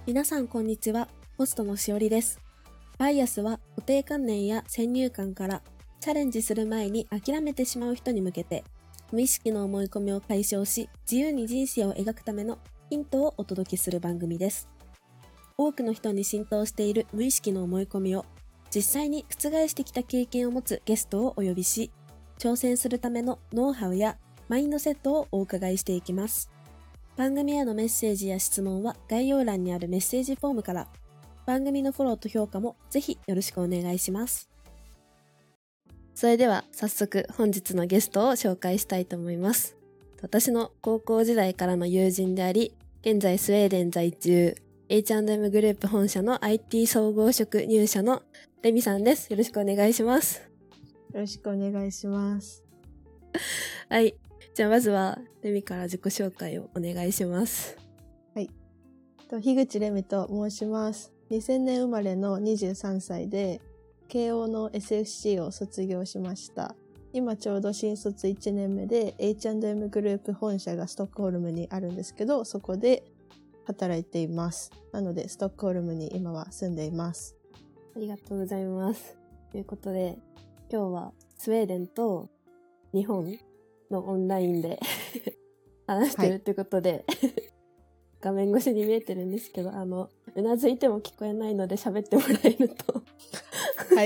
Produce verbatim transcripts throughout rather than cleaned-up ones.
皆さんこんにちは。ホストのしおりです。バイアスは固定観念や先入観からチャレンジする前に諦めてしまう人に向けて、無意識の思い込みを解消し、自由に人生を描くためのヒントをお届けする番組です。多くの人に浸透している無意識の思い込みを実際に覆してきた経験を持つゲストをお呼びし、挑戦するためのノウハウやマインドセットをお伺いしていきます。番組へのメッセージや質問は概要欄にあるメッセージフォームから、番組のフォローと評価もぜひよろしくお願いします。それでは早速本日のゲストを紹介したいと思います。私の高校時代からの友人であり、現在スウェーデン在住、エイチアンドエム グループ本社の アイティー 総合職入社のレミさんです。よろしくお願いします。 よろしくお願いします。 はい。じゃあまずはレミから自己紹介をお願いします。 はい。樋口レミと申します。にせんねん生まれのにじゅうさんさいで、慶応の エスエフシー を卒業しました。今ちょうど新卒いちねんめで エイチアンドエム グループ本社がストックホルムにあるんですけど、そこで働いています。なのでストックホルムに今は住んでいます。 ありがとうございます。ということで、今日はスウェーデンと日本のオンラインで話してるってことで、はい、画面越しに見えてるんですけど、あの、うなずいても聞こえないので喋ってもらえるとはい。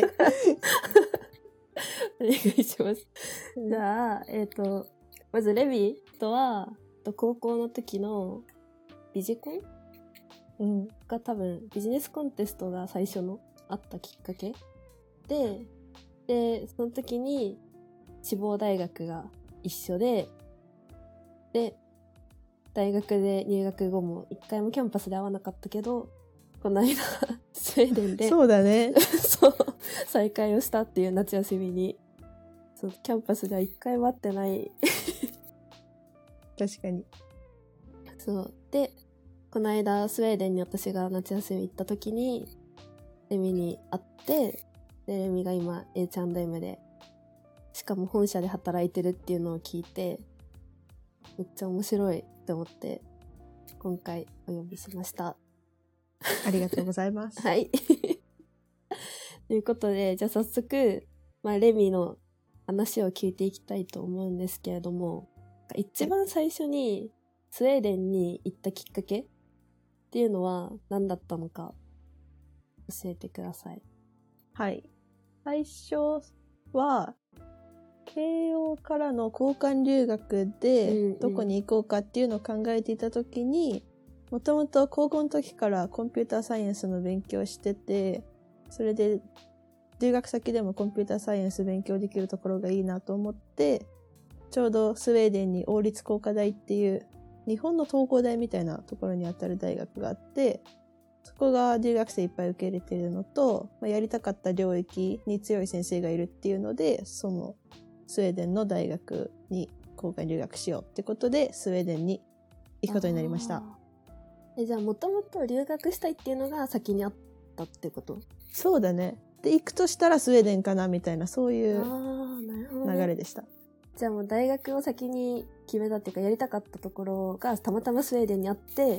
お願いします。じゃあ、えっと、まずレビーとは、高校の時のビジコンうん。 が多分ビジネスコンテストが最初のあったきっかけで、で、その時に志望大学が一緒で、で、大学で入学後も一回もキャンパスで会わなかったけど、この間、スウェーデンで、 そうだね。 そう、再会をしたっていう夏休みに、そう、キャンパスでは一回も会ってない。 確かに。 そう。で、この間、スウェーデンに私が夏休み行った時に、レミに会って、で、レミが今、エイチアンドエム で、しかも本社で働いてるっていうのを聞いて、めっちゃ面白いって思って、今回お呼びしました。 ありがとうございます。 はい。ということで、じゃあ早速、まあ、レミの話を聞いていきたいと思うんですけれども、一番最初にスウェーデンに行ったきっかけっていうのは何だったのか教えてください。 はい。最初は、慶応からの交換留学でどこに行こうかっていうのを考えていたときに、もともと高校の時からコンピューターサイエンスの勉強してて、それで留学先でもコンピューターサイエンス勉強できるところがいいなと思って、ちょうどスウェーデンに王立工科大っていう日本の東工大みたいなところにあたる大学があって、そこが留学生いっぱい受け入れているのと、まあ、やりたかった領域に強い先生がいるっていうので、そのスウェーデンの大学に交換留学しようってことで、スウェーデンに行くことになりました。 え、じゃあもともと留学したいっていうのが先にあったってこと？ そうだね。で、行くとしたらスウェーデンかなみたいな、そういう流れでした。 じゃあもう大学を先に決めたっていうか、やりたかったところがたまたまスウェーデンにあって、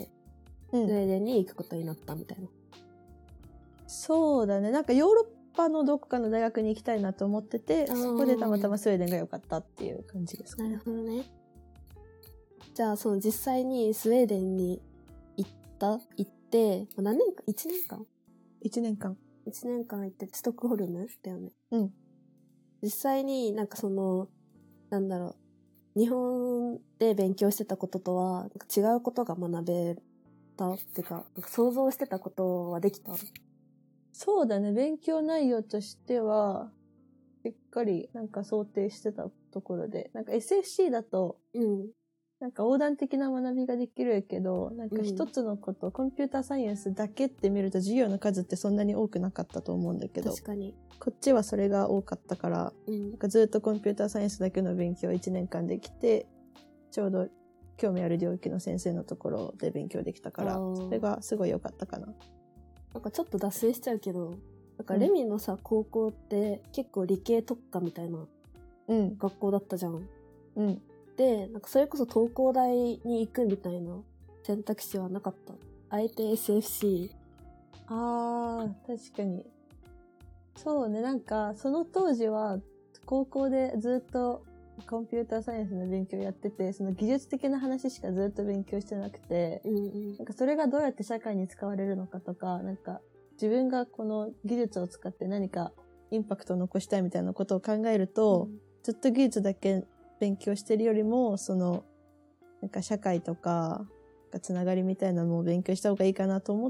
うん、スウェーデンに行くことになったみたいな。 そうだね。なんかヨーロッパのどこかの大学に行きたいなと思ってて、そこでたまたまスウェーデンが良かったっていう感じですかね。 なるほどね。じゃあその実際にスウェーデンに行った行って、何年間 ?いち 年間 ?いち 年間。 いちねんかん行ってストックホルムだよね。 うん。 実際になんかその、なんだろう、日本で勉強してたこととは違うことが学べたっていうか、想像してたことはできた？ そうだね。勉強内容としては、しっかりなんか想定してたところで、なんか エスエフシー だと、 うん。 なんか横断的な学びができるけど、なんか一つのこと、うん、コンピューターサイエンスだけって見ると授業の数ってそんなに多くなかったと思うんだけど、 確かに。 こっちはそれが多かったから、うん、なんかずっとコンピューターサイエンスだけの勉強をいちねんかんできて、ちょうど興味ある領域の先生のところで勉強できたから、それがすごい良かったかな。 なんかちょっと脱線しちゃうけど、なんかレミのさ、うん、高校って結構理系特化みたいな学校だったじゃん。 うん。 で、なんかそれこそ東工大に行くみたいな選択肢はなかった？ あえて エスエフシー。あー、確かに。そうね、なんか、その当時は、高校でずっとコンピューターサイエンスの勉強やってて、その技術的な話しかずっと勉強してなくて、 うんうん、 なんかそれがどうやって社会に使われるのかとか、なんか自分がこの技術を使って何かインパクトを残したいみたいなことを考えると、うん、ずっと技術だけ勉強してるよりも、その、なんか社会とか、つながりみたいなのを勉強した方がいいかなと思って、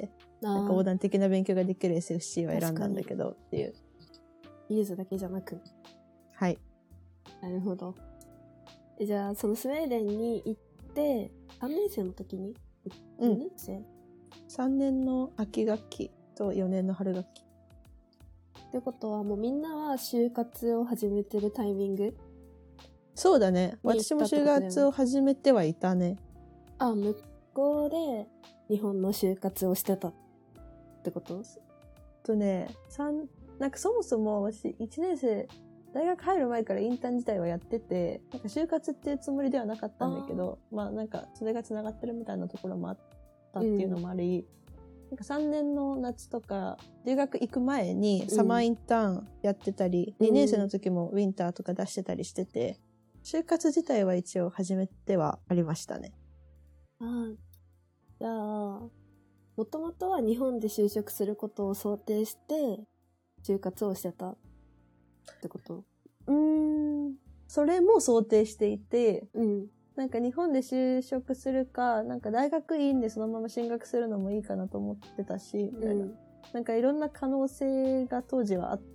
なんか横断的な勉強ができる エスエフシー を選んだんだけどっていう。 技術だけじゃなく。 はい。 なるほど。じゃあ、そのスウェーデンに行って、さんねん生の時にうん。よねん生 ?さん 年の秋学期とよねんの春学期。 ってことは、もうみんなは就活を始めてるタイミング？ そうだね。私も就活を始めてはいたね。 あ、向こうで日本の就活をしてたってこと？ とね、三なんかそもそも私いちねん生、大学入る前からインターン自体はやってて、なんか就活っていうつもりではなかったんだけど、あまあなんかそれが繋がってるみたいなところもあったっていうのもあり、うん、なんかさんねんの夏とか留学行く前にサマーインターンやってたり、うん、にねん生の時もウィンターとか出してたりしてて、就活自体は一応始めてはありましたね。 ああ、じゃあ、もともとは日本で就職することを想定して、就活をしてたってこと？ うーん、それも想定していて、 うん。 なんか日本で就職するか、なんか大学院でそのまま進学するのもいいかなと思ってたし、みたいな。うん、なんかいろんな可能性が当時はあって、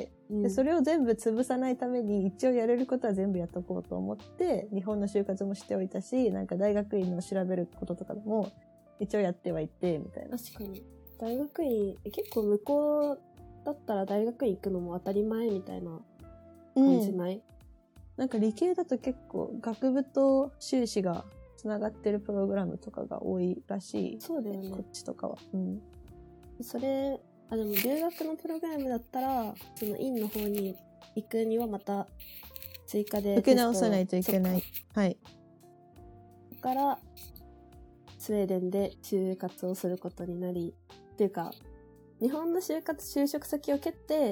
うん、でそれを全部潰さないために一応やれることは全部やっとこうと思って、日本の就活もしておいたし、なんか大学院の調べることとかも一応やってはいて、みたいな。 確かに。大学院、結構向こうだったら大学院行くのも当たり前みたいな感じない？うん、 なんか理系だと結構学部と修士がつながってるプログラムとかが多いらしい。 そうだよね。 こっちとかは。うん。 それ、あ、でも留学のプログラムだったら、その院の方に行くにはまた追加で受け直さないといけない。はい。 だから、スウェーデンで就活をすることになり、っていうか、日本の就活、就職先を蹴って、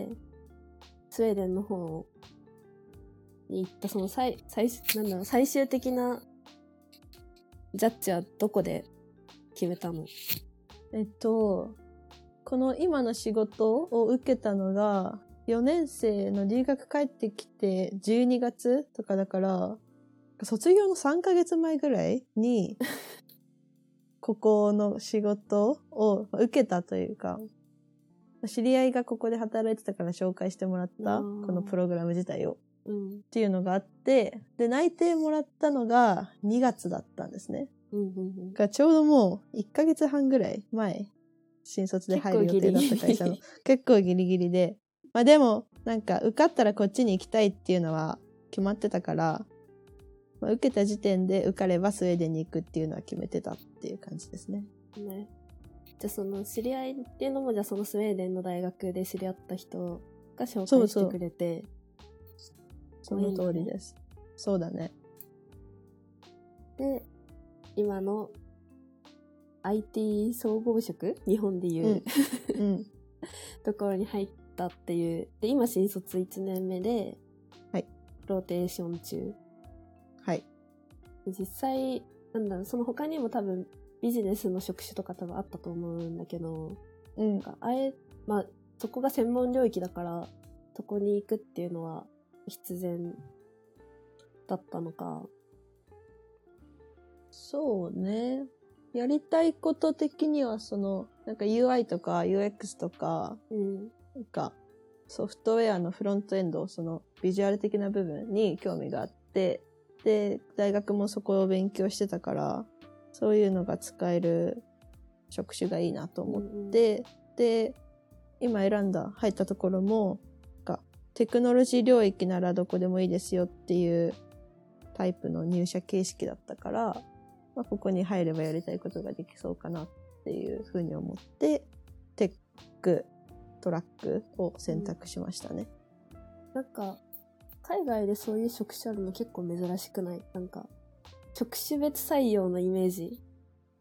スウェーデンの方に行ったその最、最、なんだろう、最終的なジャッジはどこで決めたの？ えっと、この今の仕事を受けたのが、よねん生の留学帰ってきてじゅうにがつとかだから、卒業のさんかげつまえぐらいに、ここの仕事を受けたというか、知り合いがここで働いてたから紹介してもらった、このプログラム自体を。うん、っていうのがあって、で、内定もらったのがにがつだったんですね。うんうんうん、がちょうどもういっかげつはんぐらい前、新卒で入る予定だった会社の。結構ギリギリで。まあでも、なんか受かったらこっちに行きたいっていうのは決まってたから、まあ、受けた時点で受かればスウェーデンに行くっていうのは決めてたっていう感じですね。 ね。じゃあその知り合いっていうのも、じゃあそのスウェーデンの大学で知り合った人が紹介してくれて。 そうそうその通りです。そうだね。 で、今の アイティー 総合職？日本でいう、うんうん、ところに入ったっていう。で、今新卒いちねんめで、 はい。 ローテーション中。 はい。 実際、なんだろう、その他にも多分ビジネスの職種とか多分あったと思うんだけど、うん。なんかあえ、まあ、そこが専門領域だから、そこに行くっていうのは、必然だったのか。 そうね。やりたいこと的にはそのなんか ユーアイ とか ユーエックス とか、うん、なんかソフトウェアのフロントエンド、そのビジュアル的な部分に興味があって、で大学もそこを勉強してたから、そういうのが使える職種がいいなと思って、うん、で今選んだ入ったところもテクノロジー領域ならどこでもいいですよっていうタイプの入社形式だったから、まあ、ここに入ればやりたいことができそうかなっていうふうに思って、テックトラックを選択しましたね。 うん、なんか、海外でそういう職種あるの結構珍しくない？なんか、職種別採用のイメージ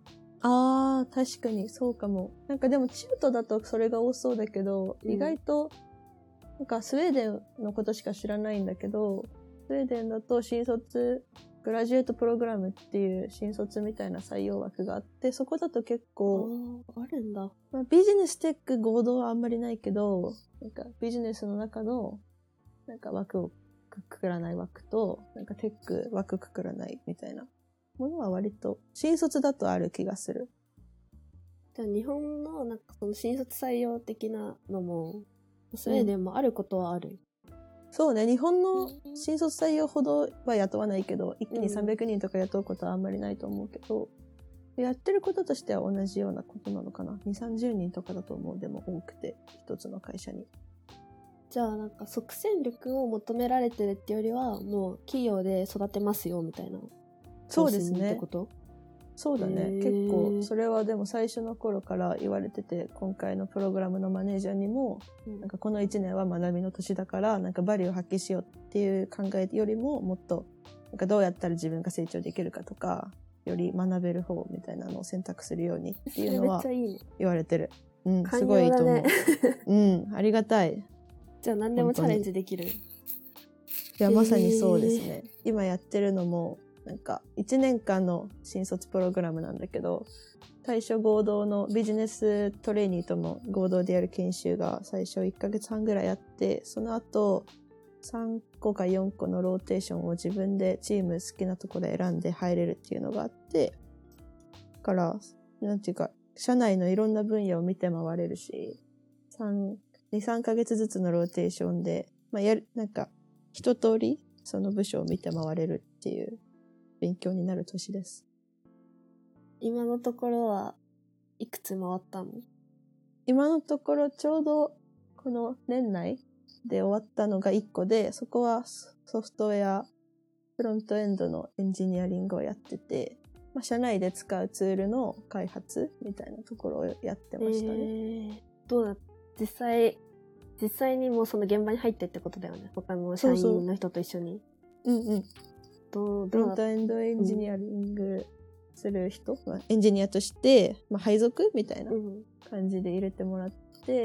あー、確かにそうかも。なんかでも中途だとそれが多そうだけど、 うん意外と、なんかスウェーデンのことしか知らないんだけど、スウェーデンだと新卒、グラジュエートプログラムっていう新卒みたいな採用枠があって、そこだと結構、 ああ、あるんだ。 まあ、ビジネステック合同はあんまりないけど、なんかビジネスの中の、なんか枠をくくらない枠と、なんかテック枠くくらないみたいなものは割と、新卒だとある気がする。 じゃあ日本のなんかその新卒採用的なのも、スウェーデンもあることはある。 そうね、日本の新卒採用ほどは雇わないけど、一気にさんびゃくにんとか雇うことはあんまりないと思うけど、やってることとしては同じようなことなのかな。にじゅう、さんじゅうにんとかだと思う。でも多くて、一つの会社に。 じゃあなんか即戦力を求められてるってよりは、もう企業で育てますよみたいな。 そうですね。 ってこと？ そうだね。結構、それはでも最初の頃から言われてて、今回のプログラムのマネージャーにも、うん、なんかこのいちねんは学びの年だから、なんかバリューを発揮しようっていう考えよりも、もっと、なんかどうやったら自分が成長できるかとか、より学べる方みたいなのを選択するようにっていうのは言われてる。うん、すごいいいと思う。うん、ありがたい。 じゃあ何でもチャレンジできる。 いや、まさにそうですね。今やってるのも、なんかいちねんかんの新卒プログラムなんだけど、最初合同のビジネストレーニーとも合同でやる研修が最初いっかげつはんぐらいあって、その後さんこかよんこのローテーションを自分でチーム好きなところで選んで入れるっていうのがあって、だから、なんていうか、社内のいろんな分野を見て回れるし、に、さんかげつずつのローテーションで、まあ、やる、なんか、一通りその部署を見て回れるっていう勉強になる年です。 今のところはいくつ回ったの？ 今のところちょうどこの年内で終わったのがいっこで、そこはソフトウェアフロントエンドのエンジニアリングをやってて、まあ、社内で使うツールの開発みたいなところをやってましたね。 えー、どうだ実際実際にもうその現場に入ってってことだよね。他の社員の人と一緒に。 そうそう。うんうん。 どうフロントエンドエンジニアリングする人、うんまあ、エンジニアとして、まあ、配属みたいな感じで入れてもらって、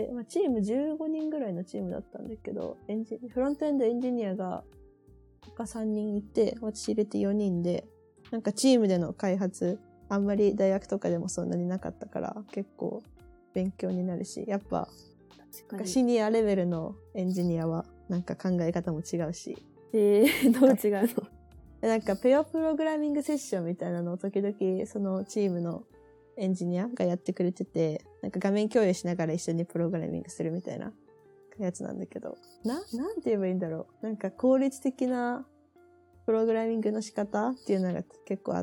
うんまあ、チームじゅうごにんぐらいのチームだったんだけど、エンジフロントエンドエンジニアが他さんにんいて、私入れてよにんで、なんかチームでの開発、あんまり大学とかでもそんなになかったから、結構勉強になるし、やっぱ、シニアレベルのエンジニアはなんか考え方も違うし。 えー、どう違うの？ なんかペアプログラミングセッションみたいなのを時々そのチームのエンジニアがやってくれてて、なんか画面共有しながら一緒にプログラミングするみたいなやつなんだけど、な、なんて言えばいいんだろう。なんか効率的なプログラミングの仕方っていうのが結構あって、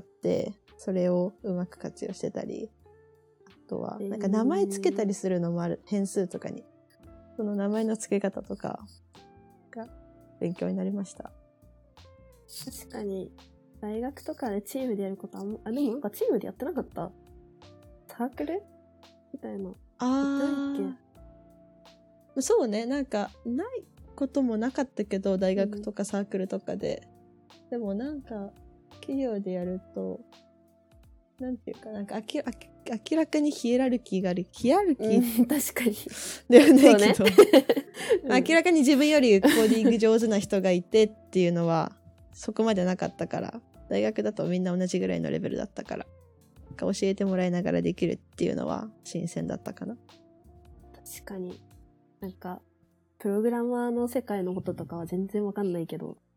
それをうまく活用してたり、あとはなんか名前つけたりするのもある、変数とかに。その名前の付け方とかが勉強になりました。 確かに大学とかでチームでやることあんま、あ、でもなんかチームでやってなかった？サークルみたいな。 ああ。そうね、なんかないこともなかったけど、大学とかサークルとかで。うん、でもなんか企業でやると、なんていうか、なんか明ら、明らかにヒエラルキーがある。ヒエラルキー、 うん、確かに。 ではないけど、ね、明らかに自分よりコーディング上手な人がいてっていうのは、そこまでなかったから、大学だとみんな同じぐらいのレベルだったから、教えてもらいながらできるっていうのは新鮮だったかな。 確かに。なんか、プログラマーの世界のこととかは全然わかんないけど。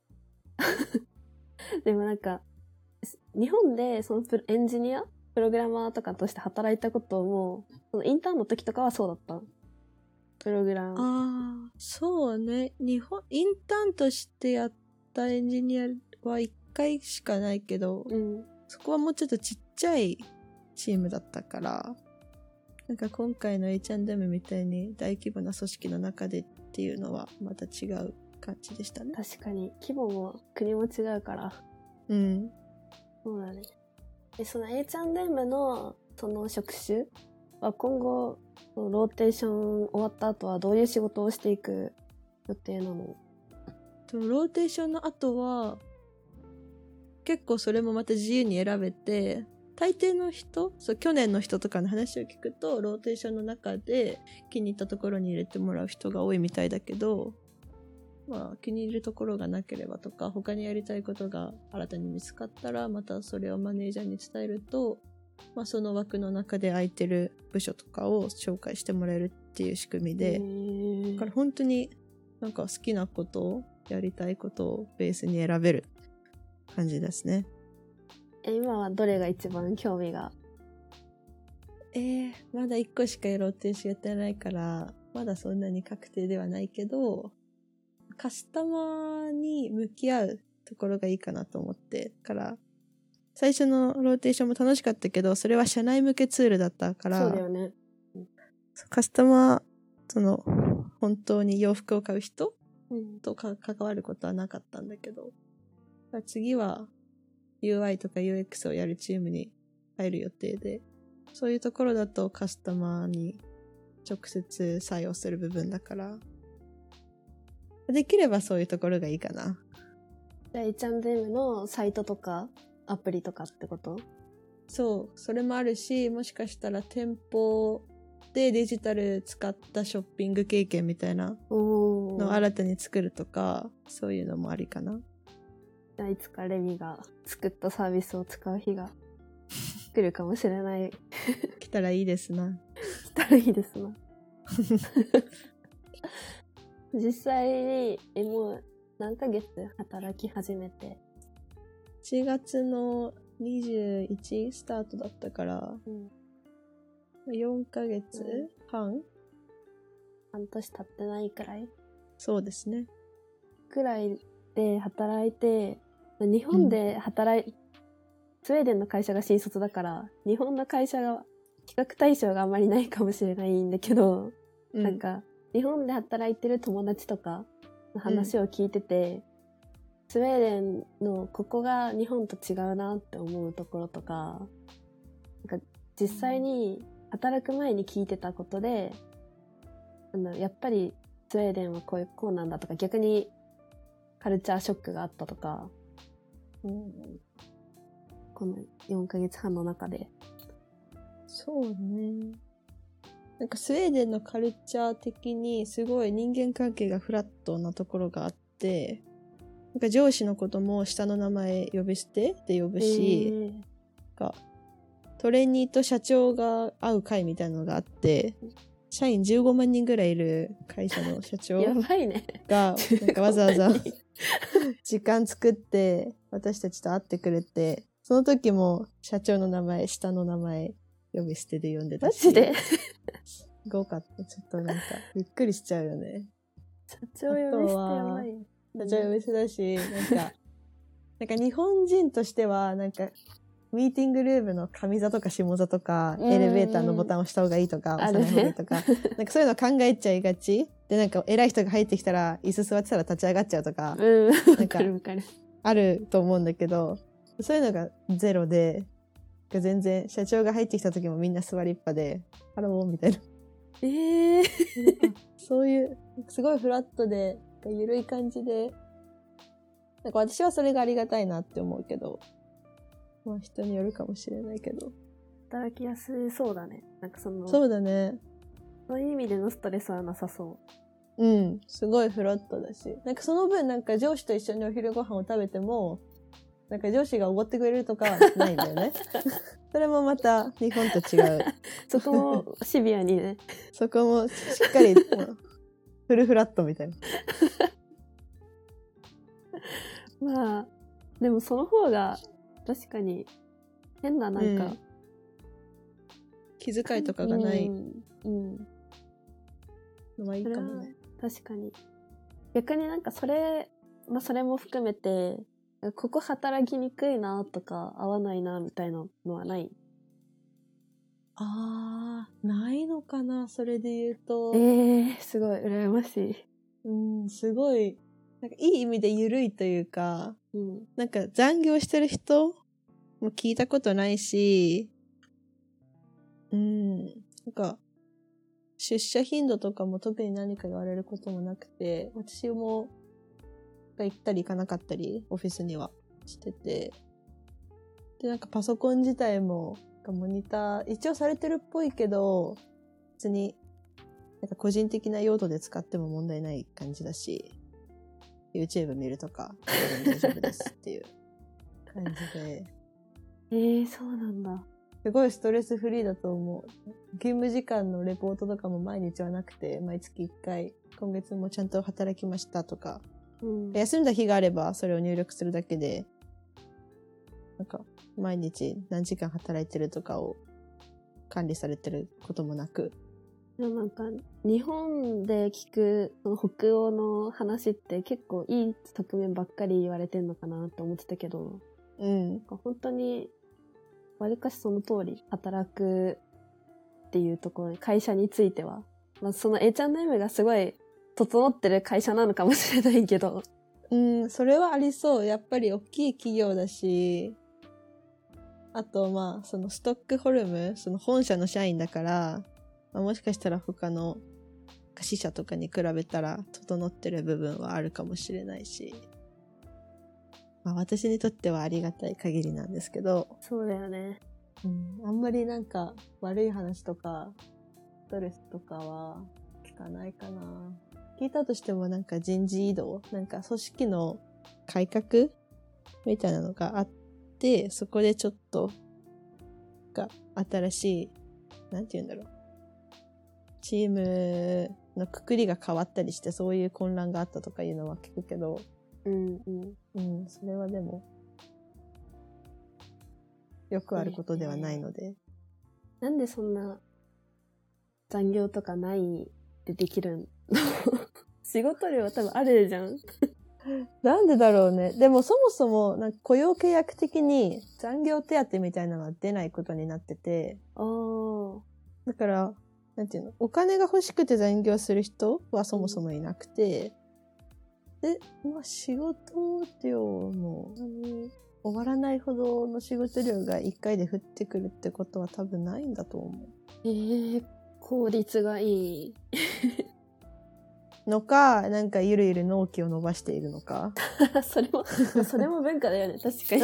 でもなんか、日本でそのエンジニアプログラマーとかとして働いたことも、そのインターンの時とかはそうだった。プログラム。 ああ、そうね。日本、インターンとしてやったエンジニアはいっかいしかないけど、うん、そこはもうちょっとちっちゃいチームだったから、なんか今回の エイチアンドエム みたいに大規模な組織の中でっていうのはまた違う感じでしたね。 確かに。規模も国も違うから。 うん。 そうだね。で、その エイチアンドエム のその職種は今後、ローテーション終わった後はどういう仕事をしていく予定なの？ ローテーションの後は、結構それもまた自由に選べて、 大抵の人、そう去年の人とかの話を聞くとローテーションの中で気に入ったところに入れてもらう人が多いみたいだけど、まあ気に入るところがなければとか他にやりたいことが新たに見つかったらまたそれをマネージャーに伝えると、まあ、その枠の中で空いてる部署とかを紹介してもらえるっていう仕組みで、だから本当になんか好きなことをやりたいことをベースに選べる感じですね。 え今はどれが一番興味が？ えー、まだいっこしかローテーションやってないからまだそんなに確定ではないけど、カスタマーに向き合うところがいいかなと思って、から最初のローテーションも楽しかったけどそれは社内向けツールだったから、 そうだよね。 カスタマーその本当に洋服を買う人うんとか関わることはなかったんだけど、次は ユーアイ とか ユーエックス をやるチームに入る予定で、そういうところだとカスタマーに直接採用する部分だから、できればそういうところがいいかな。 じゃあ エイチアンドエム のサイトとかアプリとかってこと？ そう、それもあるし、もしかしたら店舗でデジタル使ったショッピング経験みたいなのを新たに作るとか、そういうのもありかな。 じゃあいつかレミが作ったサービスを使う日が来るかもしれない。 来たらいいですな。 来たらいいですな。実際にえもう何ヶ月働き始めて？ いちがつのにじゅういちスタートだったから、うん、よんかげつはん、うん、 半年経ってないくらい？ そうですね。 くらいで働いて、日本で働い、うん、スウェーデンの会社が新卒だから日本の会社が比較対象があんまりないかもしれないんだけど、うん、なんか日本で働いてる友達とかの話を聞いてて、うん、スウェーデンのここが日本と違うなって思うところとか、なんか実際に働く前に聞いてたことで、あのやっぱりスウェーデンはこういうこうなんだとか、逆にカルチャーショックがあったとか、うん、このよんかげつはんの中で。 そうね。なんかスウェーデンのカルチャー的にすごい人間関係がフラットなところがあって、なんか上司のことも下の名前呼び捨てで呼ぶし、えー、なんかトレーニーと社長が会う会みたいなのがあって、社員じゅうごまんにんぐらいいる会社の社長やばいねがなんかわざわざ時間作って私たちと会ってくれて、その時も社長の名前下の名前呼び捨てで呼んでたし。 マジで？ すごかった。ちょっとなんかびっくりしちゃうよね。 社長呼び捨てやばい。 社長呼び捨てだし、なんかなんか日本人としてはなんかミーティングルームの上座とか下座とか、エレベーターのボタンを押した方がいいとか、押さない方がいいとか、なんかそういうの考えちゃいがちで、なんか偉い人が入ってきたら椅子座ってたら立ち上がっちゃうとか、 うん、 なんかあると思うんだけど、そういうのがゼロで、全然社長が入ってきた時もみんな座りっぱで、ハローみたいな。 えー、 そういうすごいフラットでゆるい感じで、なんか私はそれがありがたいなって思うけど、まあ人によるかもしれないけど。 働きやすそうだね。なんかそのそうだね。 そういう意味でのストレスはなさそう。 うん、すごいフラットだし、なんかその分なんか上司と一緒にお昼ご飯を食べても、なんか上司がおごってくれるとかはないんだよね。それもまた日本と違う。 そこもシビアにね。 そこもしっかりフルフラットみたいな。 まあでもその方が確かに変ななんか、うん、 気遣いとかがないのはいいかもね。 確かに。逆になんかそれ、まあそれも含めて、ここ働きにくいなとか合わないなみたいなのはない？ あー、ないのかな、それで言うと。 えー、すごい羨ましい。 うん、すごいなんかいい意味で緩いというか、うん、なんか残業してる人も聞いたことないし、うん、なんか出社頻度とかも特に何か言われることもなくて、私も行ったり行かなかったりオフィスにはしてて、 で、なんかパソコン自体も、モニター、一応されてるっぽいけど、別に、なんか個人的な用途で使っても問題ない感じだし、YouTube 見るとか、全然大丈夫ですっていう感じで。 えー、そうなんだ。 すごいストレスフリーだと思う。勤務時間のレポートとかも毎日はなくて、毎月いっかい、今月もちゃんと働きましたとか、うん、休んだ日があればそれを入力するだけで、なんか毎日何時間働いてるとかを管理されてることもなく。 でもなんか日本で聞くその北欧の話って結構いい側面ばっかり言われてんのかなって思ってたけど、 うん、 なんか本当にわりかしその通り働くっていうところに会社については、まあ、その エイチアンドエム がすごい整ってる会社なのかもしれないけど、 うん、それはありそう。やっぱり大きい企業だし、あとまあそのストックホルム、その本社の社員だから、まあ、もしかしたら他の支社とかに比べたら整ってる部分はあるかもしれないし、まあ私にとってはありがたい限りなんですけど。 そうだよね。 うん、あんまりなんか悪い話とかストレスとかは聞かないかな。聞いたとしてもなんか人事異動、なんか組織の改革みたいなのがあって、そこでちょっとが新しい、なんて言うんだろう、チームのくくりが変わったりして、そういう混乱があったとかいうのは聞くけど、 うんうんうん、それはでもよくあることではないので。 なんでそんな残業とかないでできるの？仕事量は多分あるじゃん。 なんでだろうね。でもそもそもなんか雇用契約的に残業手当みたいなのは出ないことになってて。 ああ。 だから、なんていうの、お金が欲しくて残業する人はそもそもいなくて、うん、で、まあ仕事量も、終わらないほどの仕事量がいっかいで降ってくるってことは多分ないんだと思う。 えー、効率がいい。 のか、なんかゆるゆる納期を伸ばしているのか。 それも、それも文化だよね、確かに。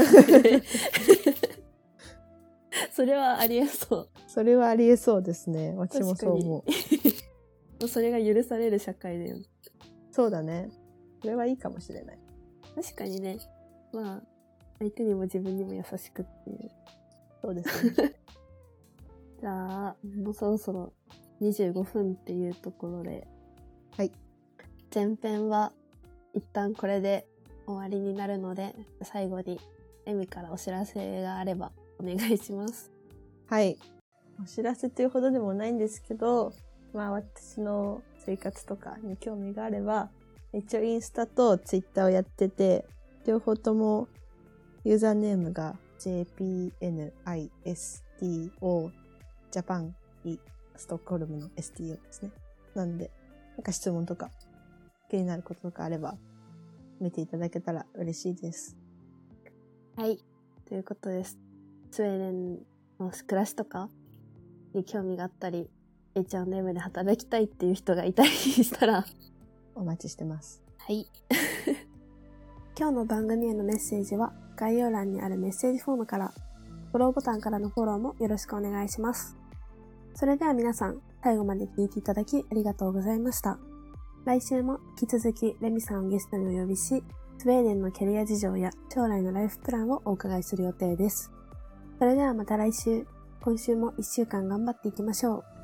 それはありえそう。 それはありえそうですね。私もそう思う。それが許される社会だよね。 そうだね。それはいいかもしれない。 確かにね。まあ、相手にも自分にも優しくっていう。 そうですね。 じゃあ、もうそろそろにじゅうごふんっていうところで。 はい。 前編は一旦これで終わりになるので、最後にエミからお知らせがあればお願いします。 はい。お知らせというほどでもないんですけど、まあ私の生活とかに興味があれば、一応インスタとツイッターをやってて、両方ともユーザーネームが ジェーピーエヌアイエスティーオー ジャパンイストックホルムの エスティーオー ですね。なんで、なんか質問とか気になることとかあれば見ていただけたら嬉しいです。 はい。ということです。スウェーデンの暮らしとかに興味があったり、エイチアンドエム で働きたいっていう人がいたりしたらお待ちしてます。 はい。今日の番組へのメッセージは概要欄にあるメッセージフォームから、フォローボタンからのフォローもよろしくお願いします。それでは皆さん、最後まで聞いていただきありがとうございました。来週も引き続きレミさんをゲストにお呼びし、スウェーデンのキャリア事情や将来のライフプランをお伺いする予定です。それではまた来週、今週もいっしゅうかん頑張っていきましょう。